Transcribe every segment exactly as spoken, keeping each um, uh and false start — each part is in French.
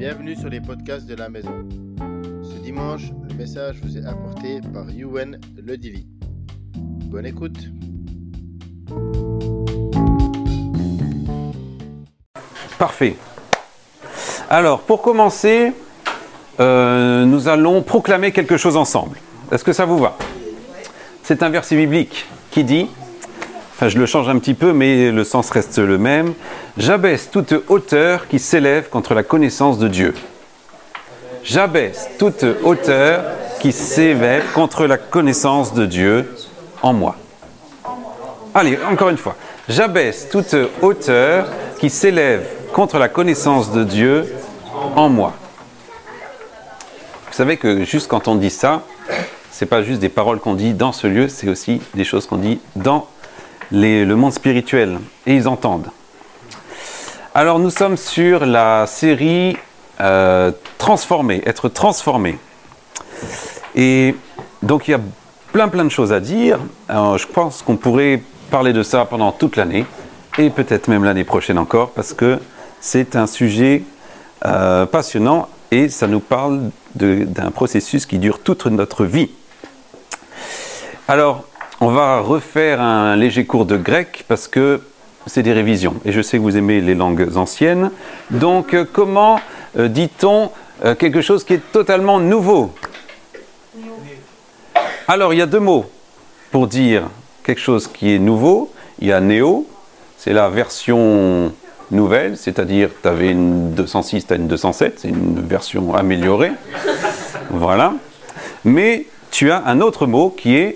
Bienvenue sur les podcasts de la maison. Ce dimanche, le message vous est apporté par Youen Ledili. Bonne écoute. Parfait. Alors, pour commencer, euh, nous allons proclamer quelque chose ensemble. Est-ce que ça vous va? C'est un verset biblique qui dit, enfin je le change un petit peu, mais le sens reste le même. « J'abaisse toute hauteur qui s'élève contre la connaissance de Dieu. » J'abaisse toute hauteur qui s'élève contre la connaissance de Dieu en moi. Allez, encore une fois. « J'abaisse toute hauteur qui s'élève contre la connaissance de Dieu en moi. » Vous savez que juste quand on dit ça, c'est pas juste des paroles qu'on dit dans ce lieu, c'est aussi des choses qu'on dit dans les, le monde spirituel. Et ils entendent. Alors nous sommes sur la série euh, Transformer, être transformé. Et donc il y a plein plein de choses à dire. Alors, je pense qu'on pourrait parler de ça pendant toute l'année, et peut-être même l'année prochaine encore, parce que c'est un sujet euh, passionnant, et ça nous parle de, d'un processus qui dure toute notre vie. Alors, on va refaire un léger cours de grec, parce que c'est des révisions, et je sais que vous aimez les langues anciennes. Donc, euh, comment euh, dit-on euh, quelque chose qui est totalement nouveau? Alors, il y a deux mots pour dire quelque chose qui est nouveau. Il y a néo, c'est la version nouvelle, c'est-à-dire tu avais une deux cent six, tu as une deux cent sept, c'est une version améliorée. Voilà. Mais tu as un autre mot qui est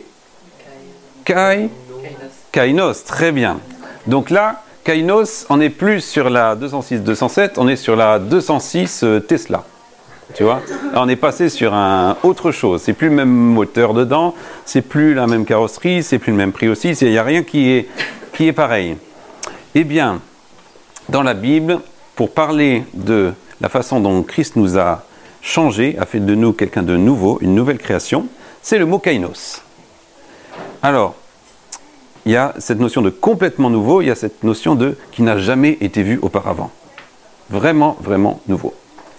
kai, kainos, très bien. Donc là, kainos, on n'est plus sur la deux cent six, deux cent sept, on est sur la deux cent six euh, Tesla. Tu vois, là, on est passé sur un autre chose. C'est plus le même moteur dedans, c'est plus la même carrosserie, c'est plus le même prix aussi. Il n'y a rien qui est, qui est pareil. Eh bien, dans la Bible, pour parler de la façon dont Christ nous a changé, a fait de nous quelqu'un de nouveau, une nouvelle création, c'est le mot kainos. Alors, il y a cette notion de complètement nouveau, il y a cette notion de qui n'a jamais été vu auparavant. Vraiment, vraiment nouveau.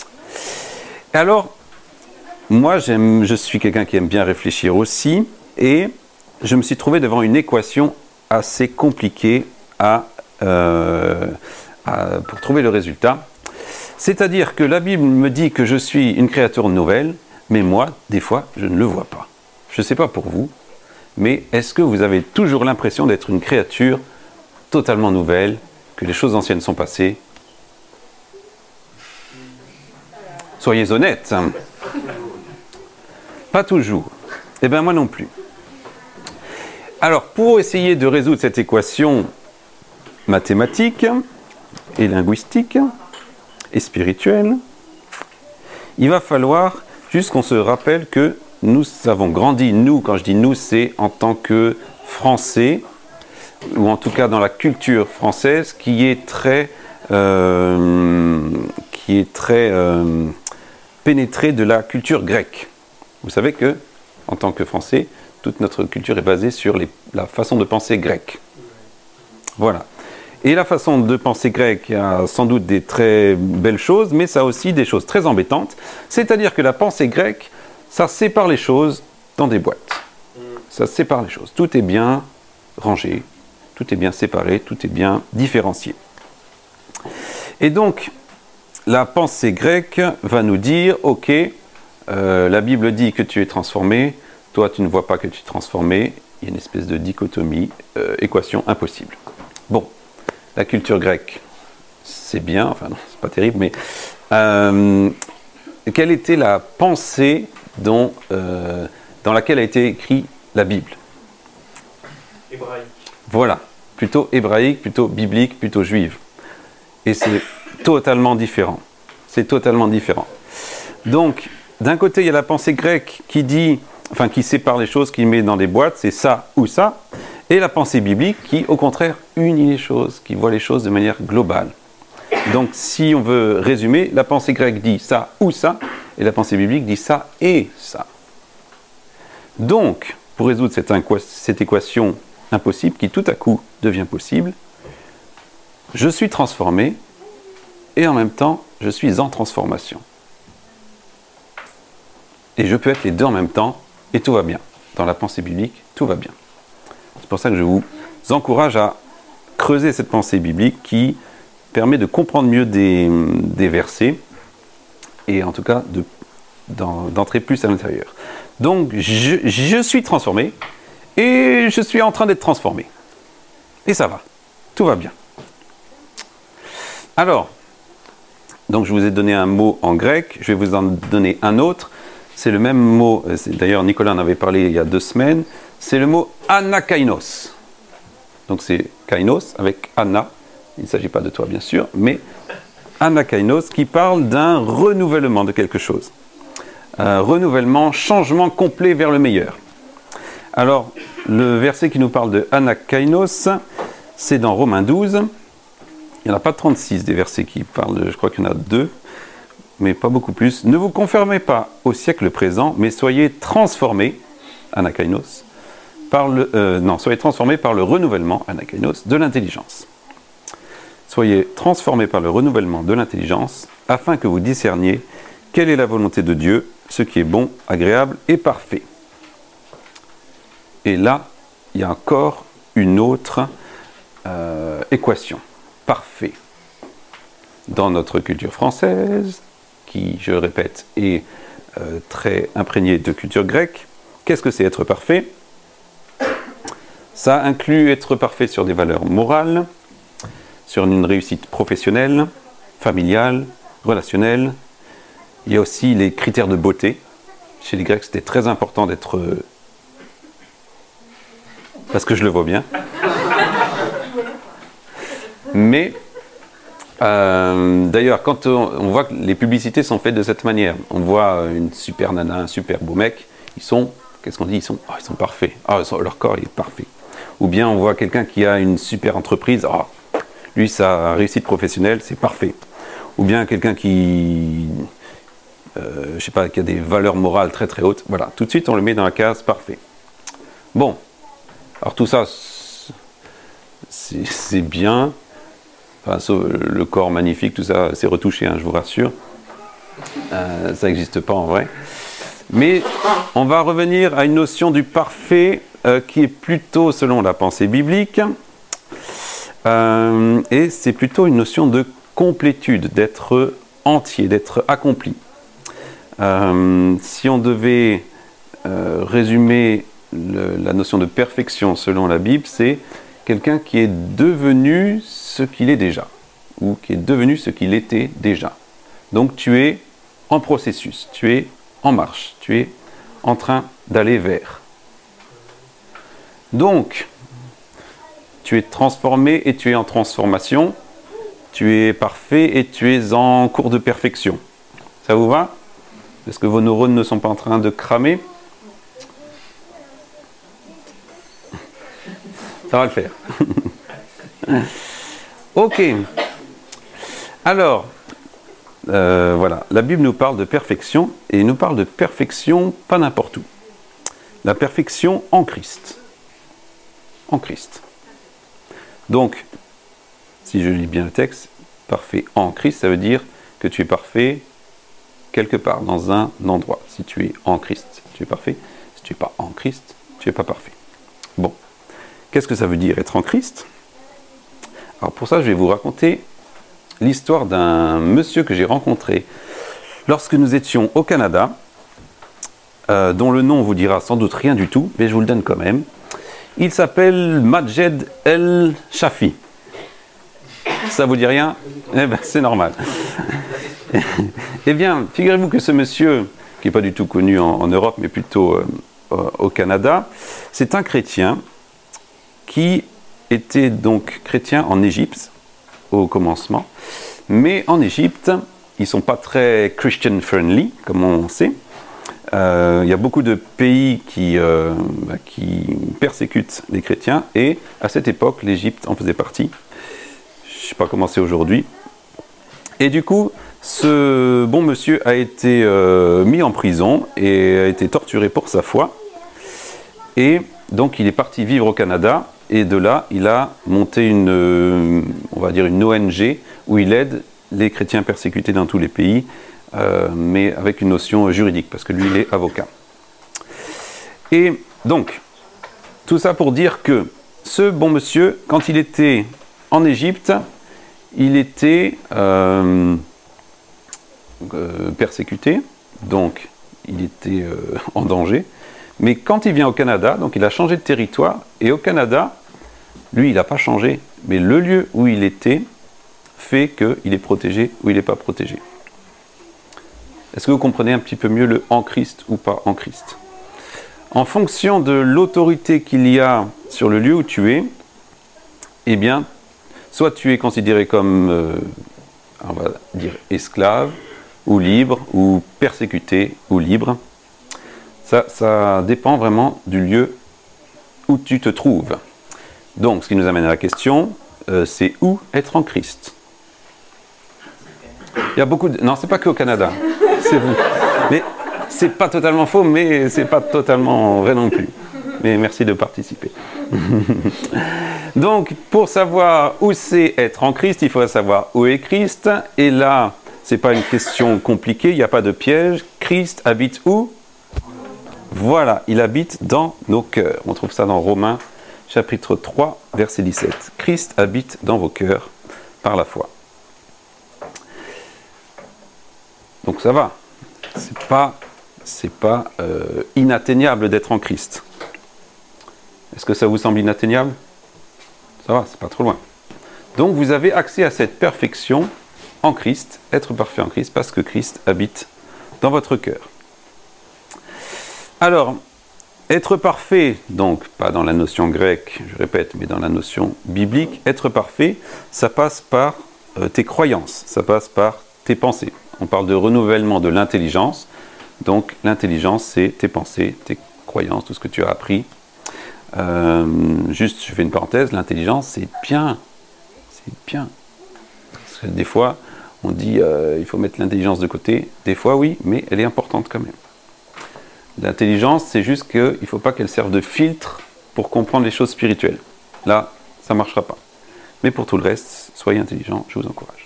Alors, moi, j'aime, je suis quelqu'un qui aime bien réfléchir aussi, et je me suis trouvé devant une équation assez compliquée à, euh, à, pour trouver le résultat. C'est-à-dire que la Bible me dit que je suis une créature nouvelle, mais moi, des fois, je ne le vois pas. Je ne sais pas pour vous, mais est-ce que vous avez toujours l'impression d'être une créature totalement nouvelle, que les choses anciennes sont passées? Soyez honnêtes. Pas toujours. Eh bien, moi non plus. Alors, pour essayer de résoudre cette équation mathématique et linguistique et spirituelle, il va falloir juste qu'on se rappelle que nous avons grandi, nous, quand je dis nous, c'est en tant que Français, ou en tout cas dans la culture française, qui est très, euh, qui est très euh, pénétrée de la culture grecque. Vous savez que, en tant que Français, toute notre culture est basée sur les, la façon de penser grecque. Voilà. Et la façon de penser grecque a sans doute des très belles choses, mais ça a aussi des choses très embêtantes. C'est-à-dire que la pensée grecque, ça sépare les choses dans des boîtes. Ça sépare les choses. Tout est bien rangé, tout est bien séparé, tout est bien différencié. Et donc, la pensée grecque va nous dire, ok, euh, la Bible dit que tu es transformé, toi tu ne vois pas que tu es transformé, il y a une espèce de dichotomie, euh, équation impossible. Bon, la culture grecque, c'est bien, enfin non, c'est pas terrible, mais euh, quelle était la pensée dont, euh, dans laquelle a été écrite la Bible? Hébraïque. Voilà, plutôt hébraïque, plutôt biblique, plutôt juive. Et c'est totalement différent. C'est totalement différent. Donc, d'un côté, il y a la pensée grecque qui dit, enfin, qui sépare les choses, qui met dans des boîtes, c'est ça ou ça. Et la pensée biblique qui, au contraire, unit les choses, qui voit les choses de manière globale. Donc, si on veut résumer, la pensée grecque dit ça ou ça, et la pensée biblique dit ça et ça. Donc, pour résoudre cette, cette équation impossible, qui tout à coup devient possible, je suis transformé, et en même temps, je suis en transformation. Et je peux être les deux en même temps, et tout va bien. Dans la pensée biblique, tout va bien. C'est pour ça que je vous encourage à creuser cette pensée biblique qui permet de comprendre mieux des, des versets, et en tout cas de, d'entrer plus à l'intérieur. Donc, je, je suis transformé, et je suis en train d'être transformé. Et ça va, tout va bien. Alors, donc je vous ai donné un mot en grec, je vais vous en donner un autre. C'est le même mot, d'ailleurs Nicolas en avait parlé il y a deux semaines, c'est le mot anakainos. Donc c'est kainos avec ana, il ne s'agit pas de toi bien sûr, mais anakainos qui parle d'un renouvellement de quelque chose. Un renouvellement, changement complet vers le meilleur. Alors, le verset qui nous parle de anakainos, c'est dans Romains douze. Il n'y en a pas trente-six des versets qui parlent, de, je crois qu'il y en a deux, mais pas beaucoup plus. Ne vous conformez pas au siècle présent, mais soyez transformés, anakainos, par le, euh, non, soyez transformés par le renouvellement, anakainos, de l'intelligence. Soyez transformés par le renouvellement de l'intelligence, afin que vous discerniez quelle est la volonté de Dieu, ce qui est bon, agréable et parfait. Et là, il y a encore une autre euh, équation. Parfait. Dans notre culture française, qui, je le répète, est euh, très imprégnée de culture grecque, qu'est-ce que c'est être parfait? Ça inclut être parfait sur des valeurs morales, sur une réussite professionnelle, familiale, relationnelle. Il y a aussi les critères de beauté. Chez les Grecs, c'était très important d'être... Euh, parce que je le vois bien. Mais, euh, d'ailleurs, quand on, on voit que les publicités sont faites de cette manière, on voit une super nana, un super beau mec, ils sont, qu'est-ce qu'on dit, ils sont, oh, ils sont parfaits, oh, ils sont, leur corps il est parfait. Ou bien on voit quelqu'un qui a une super entreprise, oh, lui sa réussite professionnelle c'est parfait. Ou bien quelqu'un qui, euh, je sais pas, qui a des valeurs morales très très hautes, voilà, tout de suite on le met dans la case parfait. Bon, alors tout ça, c'est bien. Enfin, le corps magnifique, tout ça, c'est retouché, hein, je vous rassure. Euh, ça n'existe pas en vrai. Mais on va revenir à une notion du parfait euh, qui est plutôt selon la pensée biblique. Euh, et c'est plutôt une notion de complétude, d'être entier, d'être accompli. Euh, si on devait euh, résumer le, la notion de perfection selon la Bible, c'est quelqu'un qui est devenu ce qu'il est déjà, ou qui est devenu ce qu'il était déjà. Donc tu es en processus, tu es en marche, tu es en train d'aller vers. Donc, tu es transformé et tu es en transformation, tu es parfait et tu es en cours de perfection. Ça vous va? Est-ce que vos neurones ne sont pas en train de cramer? Ça va le faire. Ok. Alors, euh, voilà. La Bible nous parle de perfection, et nous parle de perfection pas n'importe où. La perfection en Christ. En Christ. Donc, si je lis bien le texte, parfait en Christ, ça veut dire que tu es parfait quelque part, dans un endroit. Si tu es en Christ, tu es parfait. Si tu n'es pas en Christ, tu n'es pas parfait. Bon. Qu'est-ce que ça veut dire être en Christ? Alors pour ça, je vais vous raconter l'histoire d'un monsieur que j'ai rencontré lorsque nous étions au Canada, euh, dont le nom vous dira sans doute rien du tout, mais je vous le donne quand même. Il s'appelle Majed El Shafi. Ça vous dit rien? Eh bien, c'est normal. Eh bien, figurez-vous que ce monsieur, qui n'est pas du tout connu en, en Europe, mais plutôt euh, au Canada, c'est un chrétien qui était donc chrétien en Égypte, au commencement. Mais en Égypte, ils ne sont pas très Christian friendly, comme on sait. Euh, il y a beaucoup de pays qui, euh, bah, qui persécutent les chrétiens, et à cette époque, l'Égypte en faisait partie. Je ne sais pas comment c'est aujourd'hui. Et du coup, ce bon monsieur a été euh, mis en prison et a été torturé pour sa foi. Et donc, il est parti vivre au Canada. Et de là, il a monté une, on va dire une O N G où il aide les chrétiens persécutés dans tous les pays, euh, mais avec une notion juridique, parce que lui, il est avocat. Et donc, tout ça pour dire que ce bon monsieur, quand il était en Égypte, il était euh, euh, persécuté, donc il était euh, en danger. Mais quand il vient au Canada, donc il a changé de territoire, et au Canada, lui, il n'a pas changé, mais le lieu où il était fait qu'il est protégé ou il n'est pas protégé. Est-ce que vous comprenez un petit peu mieux le « en Christ » ou « pas en Christ » ? En fonction de l'autorité qu'il y a sur le lieu où tu es, eh bien, soit tu es considéré comme, euh, on va dire, esclave, ou libre, ou persécuté, ou libre. Ça, ça dépend vraiment du lieu où tu te trouves. Donc, ce qui nous amène à la question, euh, c'est où être en Christ ? Il y a beaucoup de... Non, c'est pas qu'au Canada, c'est vous. Mais c'est pas totalement faux, mais c'est pas totalement vrai non plus. Mais merci de participer. Donc, pour savoir où c'est être en Christ, il faut savoir où est Christ. Et là, c'est pas une question compliquée, il n'y a pas de piège. Christ habite où ? Voilà, il habite dans nos cœurs. On trouve ça dans Romains, chapitre trois, verset dix-sept. Christ habite dans vos cœurs par la foi. Donc ça va. C'est pas, c'est pas euh, inatteignable d'être en Christ. Est-ce que ça vous semble inatteignable ? Ça va, c'est pas trop loin. Donc vous avez accès à cette perfection en Christ, être parfait en Christ, parce que Christ habite dans votre cœur. Alors, être parfait, donc pas dans la notion grecque, je répète, mais dans la notion biblique, être parfait, ça passe par euh, tes croyances, ça passe par tes pensées. On parle de renouvellement de l'intelligence, donc l'intelligence c'est tes pensées, tes croyances, tout ce que tu as appris. Euh, juste, je fais une parenthèse, l'intelligence c'est bien, c'est bien. Parce que des fois, on dit euh, il faut mettre l'intelligence de côté, des fois oui, mais elle est importante quand même. L'intelligence, c'est juste qu'il ne faut pas qu'elle serve de filtre pour comprendre les choses spirituelles. Là, ça ne marchera pas. Mais pour tout le reste, soyez intelligents, je vous encourage.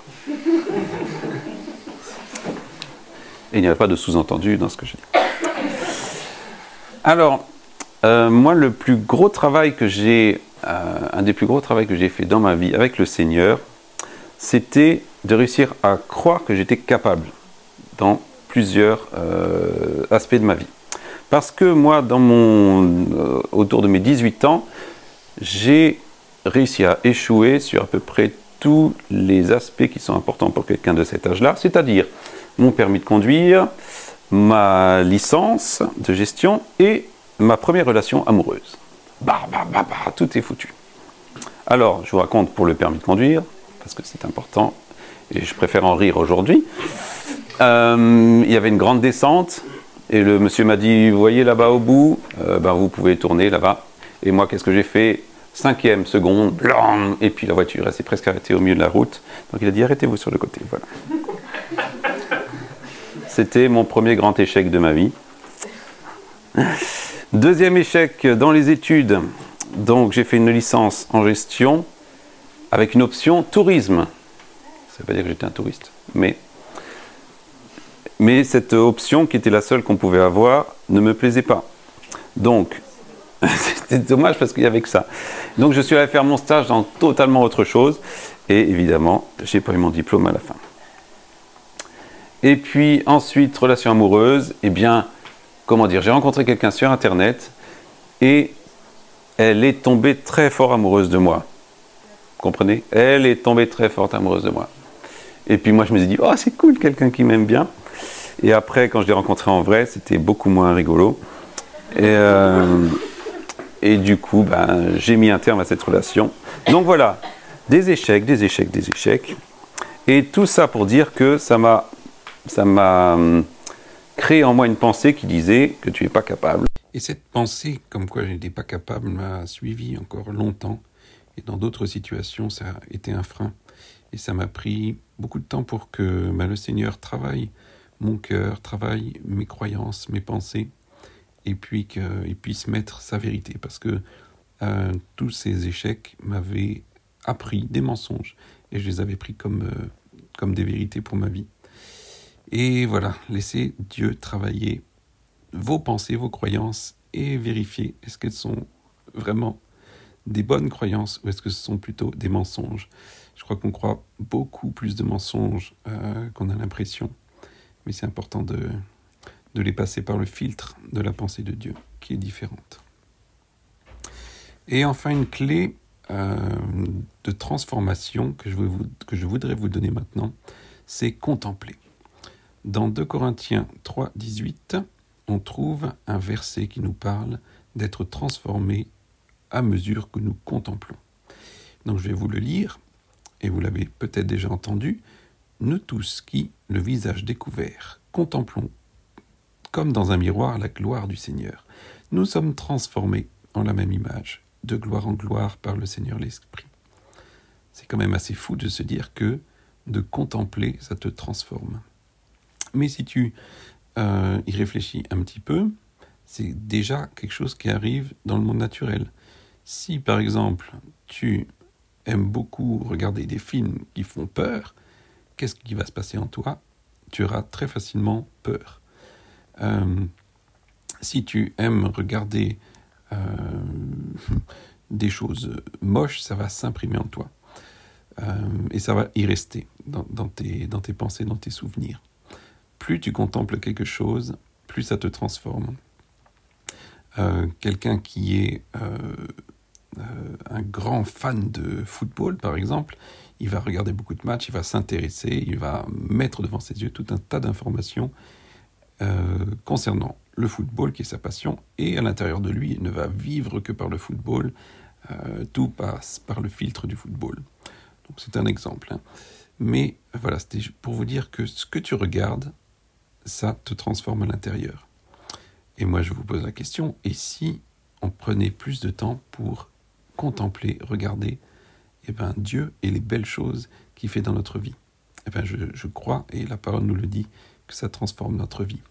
Et il n'y a pas de sous-entendu dans ce que je dis. Alors, euh, moi, le plus gros travail que j'ai, euh, un des plus gros travaux que j'ai fait dans ma vie avec le Seigneur, c'était de réussir à croire que j'étais capable dans plusieurs euh, aspects de ma vie. Parce que moi, dans mon, euh, autour de mes dix-huit ans, j'ai réussi à échouer sur à peu près tous les aspects qui sont importants pour quelqu'un de cet âge-là, c'est-à-dire mon permis de conduire, ma licence de gestion et ma première relation amoureuse. Bah, bah, bah, bah, tout est foutu. Alors, je vous raconte pour le permis de conduire, parce que c'est important, et je préfère en rire aujourd'hui. Euh, il y avait une grande descente, et le monsieur m'a dit, vous voyez là-bas au bout, euh, ben, vous pouvez tourner là-bas. Et moi, qu'est-ce que j'ai fait ? Cinquième seconde, blam, et puis la voiture, elle s'est presque arrêtée au milieu de la route. Donc il a dit, arrêtez-vous sur le côté, voilà. C'était mon premier grand échec de ma vie. Deuxième échec dans les études. Donc j'ai fait une licence en gestion avec une option tourisme. Ça ne veut pas dire que j'étais un touriste, mais... Mais cette option, qui était la seule qu'on pouvait avoir, ne me plaisait pas. Donc, c'était dommage parce qu'il n'y avait que ça. Donc je suis allé faire mon stage dans totalement autre chose. Et évidemment, je n'ai pas eu mon diplôme à la fin. Et puis ensuite, relation amoureuse, eh bien, comment dire, j'ai rencontré quelqu'un sur Internet et elle est tombée très fort amoureuse de moi. Vous comprenez ? Elle est tombée très fort amoureuse de moi. Et puis moi, je me suis dit, oh, c'est cool, quelqu'un qui m'aime bien. Et après, quand je l'ai rencontré en vrai, c'était beaucoup moins rigolo. Et, euh, et du coup, ben, j'ai mis un terme à cette relation. Donc voilà, des échecs, des échecs, des échecs. Et tout ça pour dire que ça m'a... ça m'a créé en moi une pensée qui disait que tu n'es pas capable. Et cette pensée, comme quoi je n'étais pas capable, m'a suivi encore longtemps. Et dans d'autres situations, ça a été un frein. Et ça m'a pris beaucoup de temps pour que bah, le Seigneur travaille mon cœur, travaille mes croyances, mes pensées, et puis qu'il puisse mettre sa vérité. Parce que euh, tous ces échecs m'avaient appris des mensonges, et je les avais pris comme... Euh, comme des vérités pour ma vie. Et voilà, laissez Dieu travailler vos pensées, vos croyances et vérifier est-ce qu'elles sont vraiment des bonnes croyances ou est-ce que ce sont plutôt des mensonges. Je crois qu'on croit beaucoup plus de mensonges euh, qu'on a l'impression, mais c'est important de, de les passer par le filtre de la pensée de Dieu qui est différente. Et enfin, une clé euh, de transformation que je, vous, que je voudrais vous donner maintenant, c'est contempler. Dans deux Corinthiens trois, dix-huit, on trouve un verset qui nous parle d'être transformé à mesure que nous contemplons. Donc je vais vous le lire, et vous l'avez peut-être déjà entendu. Nous tous qui, le visage découvert, contemplons comme dans un miroir la gloire du Seigneur, nous sommes transformés en la même image, de gloire en gloire par le Seigneur l'Esprit. C'est quand même assez fou de se dire que de contempler, ça te transforme. Mais si tu euh, y réfléchis un petit peu, c'est déjà quelque chose qui arrive dans le monde naturel. Si, par exemple, tu aimes beaucoup regarder des films qui font peur, qu'est-ce qui va se passer en toi ? Tu auras très facilement peur. Euh, si tu aimes regarder euh, des choses moches, ça va s'imprimer en toi. Euh, et ça va y rester dans, dans, tes, dans tes pensées, dans tes souvenirs. Plus tu contemples quelque chose, plus ça te transforme. Euh, quelqu'un qui est euh, euh, un grand fan de football, par exemple, il va regarder beaucoup de matchs, il va s'intéresser, il va mettre devant ses yeux tout un tas d'informations euh, concernant le football, qui est sa passion, et à l'intérieur de lui, il ne va vivre que par le football, euh, tout passe par le filtre du football. Donc c'est un exemple. Hein. Mais voilà, c'était pour vous dire que ce que tu regardes, ça te transforme à l'intérieur. Et moi, je vous pose la question, et si on prenait plus de temps pour contempler, regarder, eh ben, Dieu et les belles choses qu'il fait dans notre vie ? Eh ben, je, je crois, et la parole nous le dit, que ça transforme notre vie.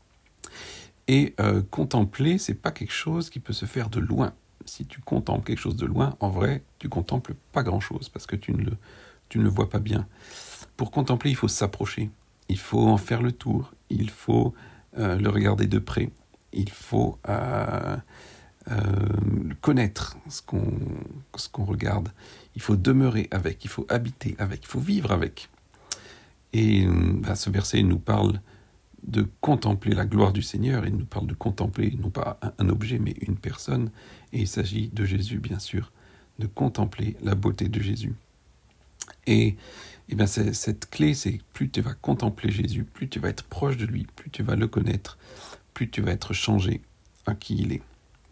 Et euh, contempler, c'est pas quelque chose qui peut se faire de loin. Si tu contemples quelque chose de loin, en vrai, tu contemples pas grand-chose, parce que tu ne le, tu ne le vois pas bien. Pour contempler, il faut s'approcher. Il faut en faire le tour, il faut euh, le regarder de près, il faut euh, euh, connaître ce qu'on, ce qu'on regarde, il faut demeurer avec, il faut habiter avec, il faut vivre avec. Et bah, ce verset nous parle de contempler la gloire du Seigneur, il nous parle de contempler non pas un, un objet mais une personne, et il s'agit de Jésus bien sûr, de contempler la beauté de Jésus. Et Eh bien, c'est, cette clé, c'est plus tu vas contempler Jésus, plus tu vas être proche de lui, plus tu vas le connaître, plus tu vas être changé à qui il est.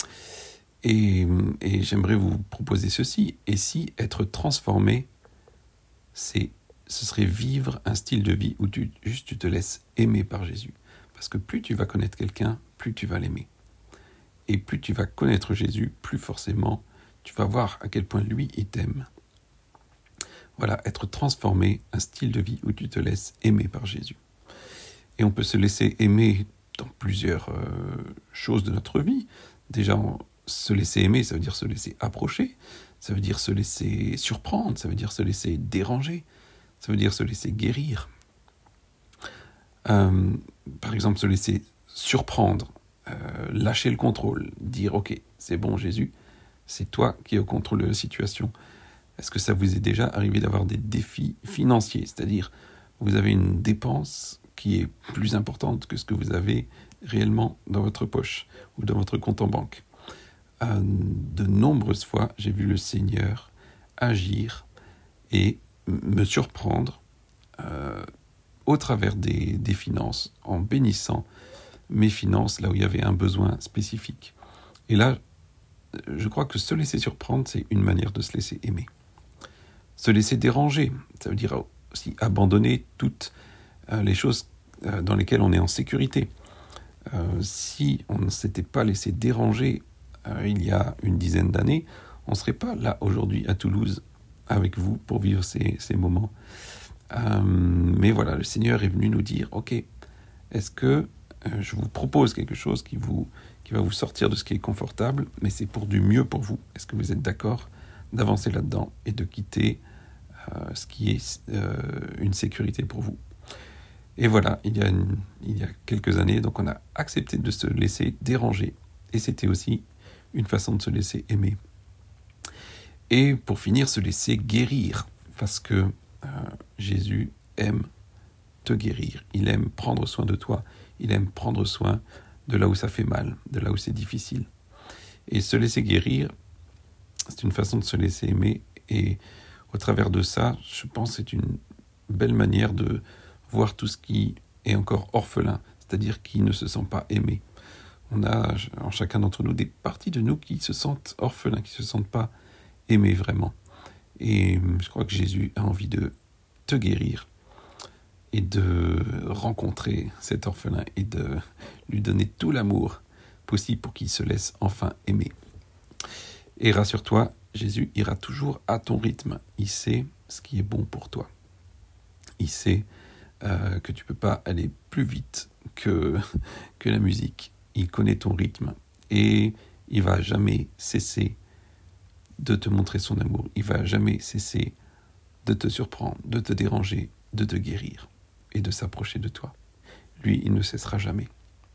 Et, et j'aimerais vous proposer ceci. Et si être transformé, c'est, ce serait vivre un style de vie où tu, juste tu te laisses aimer par Jésus. Parce que plus tu vas connaître quelqu'un, plus tu vas l'aimer. Et plus tu vas connaître Jésus, plus forcément tu vas voir à quel point lui, il t'aime. Voilà, être transformé, un style de vie où tu te laisses aimer par Jésus. Et on peut se laisser aimer dans plusieurs euh, choses de notre vie. Déjà, on, se laisser aimer, ça veut dire se laisser approcher, ça veut dire se laisser surprendre, ça veut dire se laisser déranger, ça veut dire se laisser guérir. Euh, par exemple, se laisser surprendre, euh, lâcher le contrôle, dire « Ok, c'est bon Jésus, c'est toi qui es au contrôle de la situation ». Est-ce que ça vous est déjà arrivé d'avoir des défis financiers ? C'est-à-dire, vous avez une dépense qui est plus importante que ce que vous avez réellement dans votre poche ou dans votre compte en banque. Euh, de nombreuses fois, j'ai vu le Seigneur agir et me surprendre euh, au travers des, des finances, en bénissant mes finances là où il y avait un besoin spécifique. Et là, je crois que se laisser surprendre, c'est une manière de se laisser aimer. Se laisser déranger, ça veut dire aussi abandonner toutes euh, les choses euh, dans lesquelles on est en sécurité. Euh, si on ne s'était pas laissé déranger euh, il y a une dizaine d'années, on ne serait pas là aujourd'hui à Toulouse avec vous pour vivre ces, ces moments. Euh, mais voilà, le Seigneur est venu nous dire, ok, est-ce que euh, je vous propose quelque chose qui, vous, qui va vous sortir de ce qui est confortable, mais c'est pour du mieux pour vous. Est-ce que vous êtes d'accord d'avancer là-dedans et de quitter euh, ce qui est euh, une sécurité pour vous. Et voilà, il y, a une, il y a quelques années, donc on a accepté de se laisser déranger. Et c'était aussi une façon de se laisser aimer. Et pour finir, se laisser guérir. Parce que euh, Jésus aime te guérir. Il aime prendre soin de toi. Il aime prendre soin de là où ça fait mal, de là où c'est difficile. Et se laisser guérir, c'est une façon de se laisser aimer. Et au travers de ça, je pense que c'est une belle manière de voir tout ce qui est encore orphelin, c'est-à-dire qui ne se sent pas aimé. On a en chacun d'entre nous des parties de nous qui se sentent orphelins, qui ne se sentent pas aimés vraiment. Et je crois que Jésus a envie de te guérir et de rencontrer cet orphelin et de lui donner tout l'amour possible pour qu'il se laisse enfin aimer. Et rassure-toi, Jésus ira toujours à ton rythme. Il sait ce qui est bon pour toi. Il sait euh, que tu ne peux pas aller plus vite que, que la musique. Il connaît ton rythme et il ne va jamais cesser de te montrer son amour. Il ne va jamais cesser de te surprendre, de te déranger, de te guérir et de s'approcher de toi. Lui, il ne cessera jamais.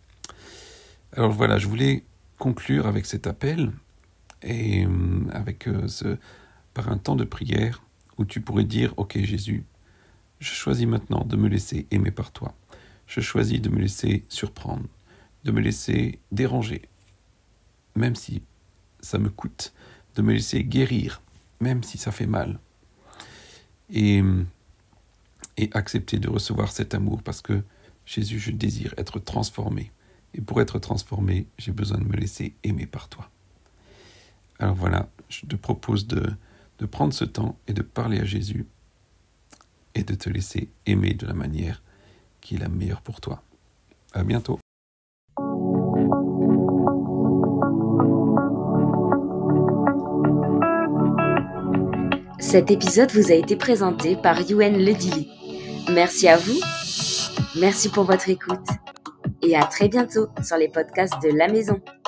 Alors voilà, je voulais conclure avec cet appel et euh, avec euh, ce, par un temps de prière où tu pourrais dire « Ok Jésus, je choisis maintenant de me laisser aimer par toi. Je choisis de me laisser surprendre, de me laisser déranger, même si ça me coûte, de me laisser guérir, même si ça fait mal. Et, et accepter de recevoir cet amour parce que Jésus, je désire être transformé. Et pour être transformé, j'ai besoin de me laisser aimer par toi. » Alors voilà, je te propose de, de prendre ce temps et de parler à Jésus et de te laisser aimer de la manière qui est la meilleure pour toi. À bientôt. Cet épisode vous a été présenté par Youen Le Dili. Merci à vous, merci pour votre écoute et à très bientôt sur les podcasts de La Maison.